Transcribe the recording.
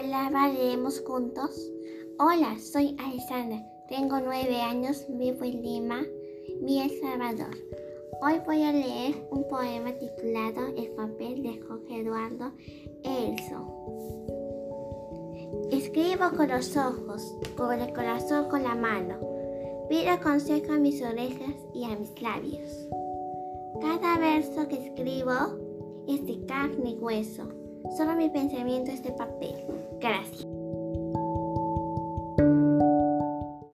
palabra leemos juntos. Hola, soy Alexandra, tengo 9 años, vivo en Lima, El Salvador. Hoy voy a leer un poema titulado El papel de Jorge Eduardo Elson. Escribo con los ojos, con el corazón con la mano. Pido consejo a mis orejas y a mis labios. Cada verso que escribo es de carne y hueso. Solo mi pensamiento es de papel. Gracias.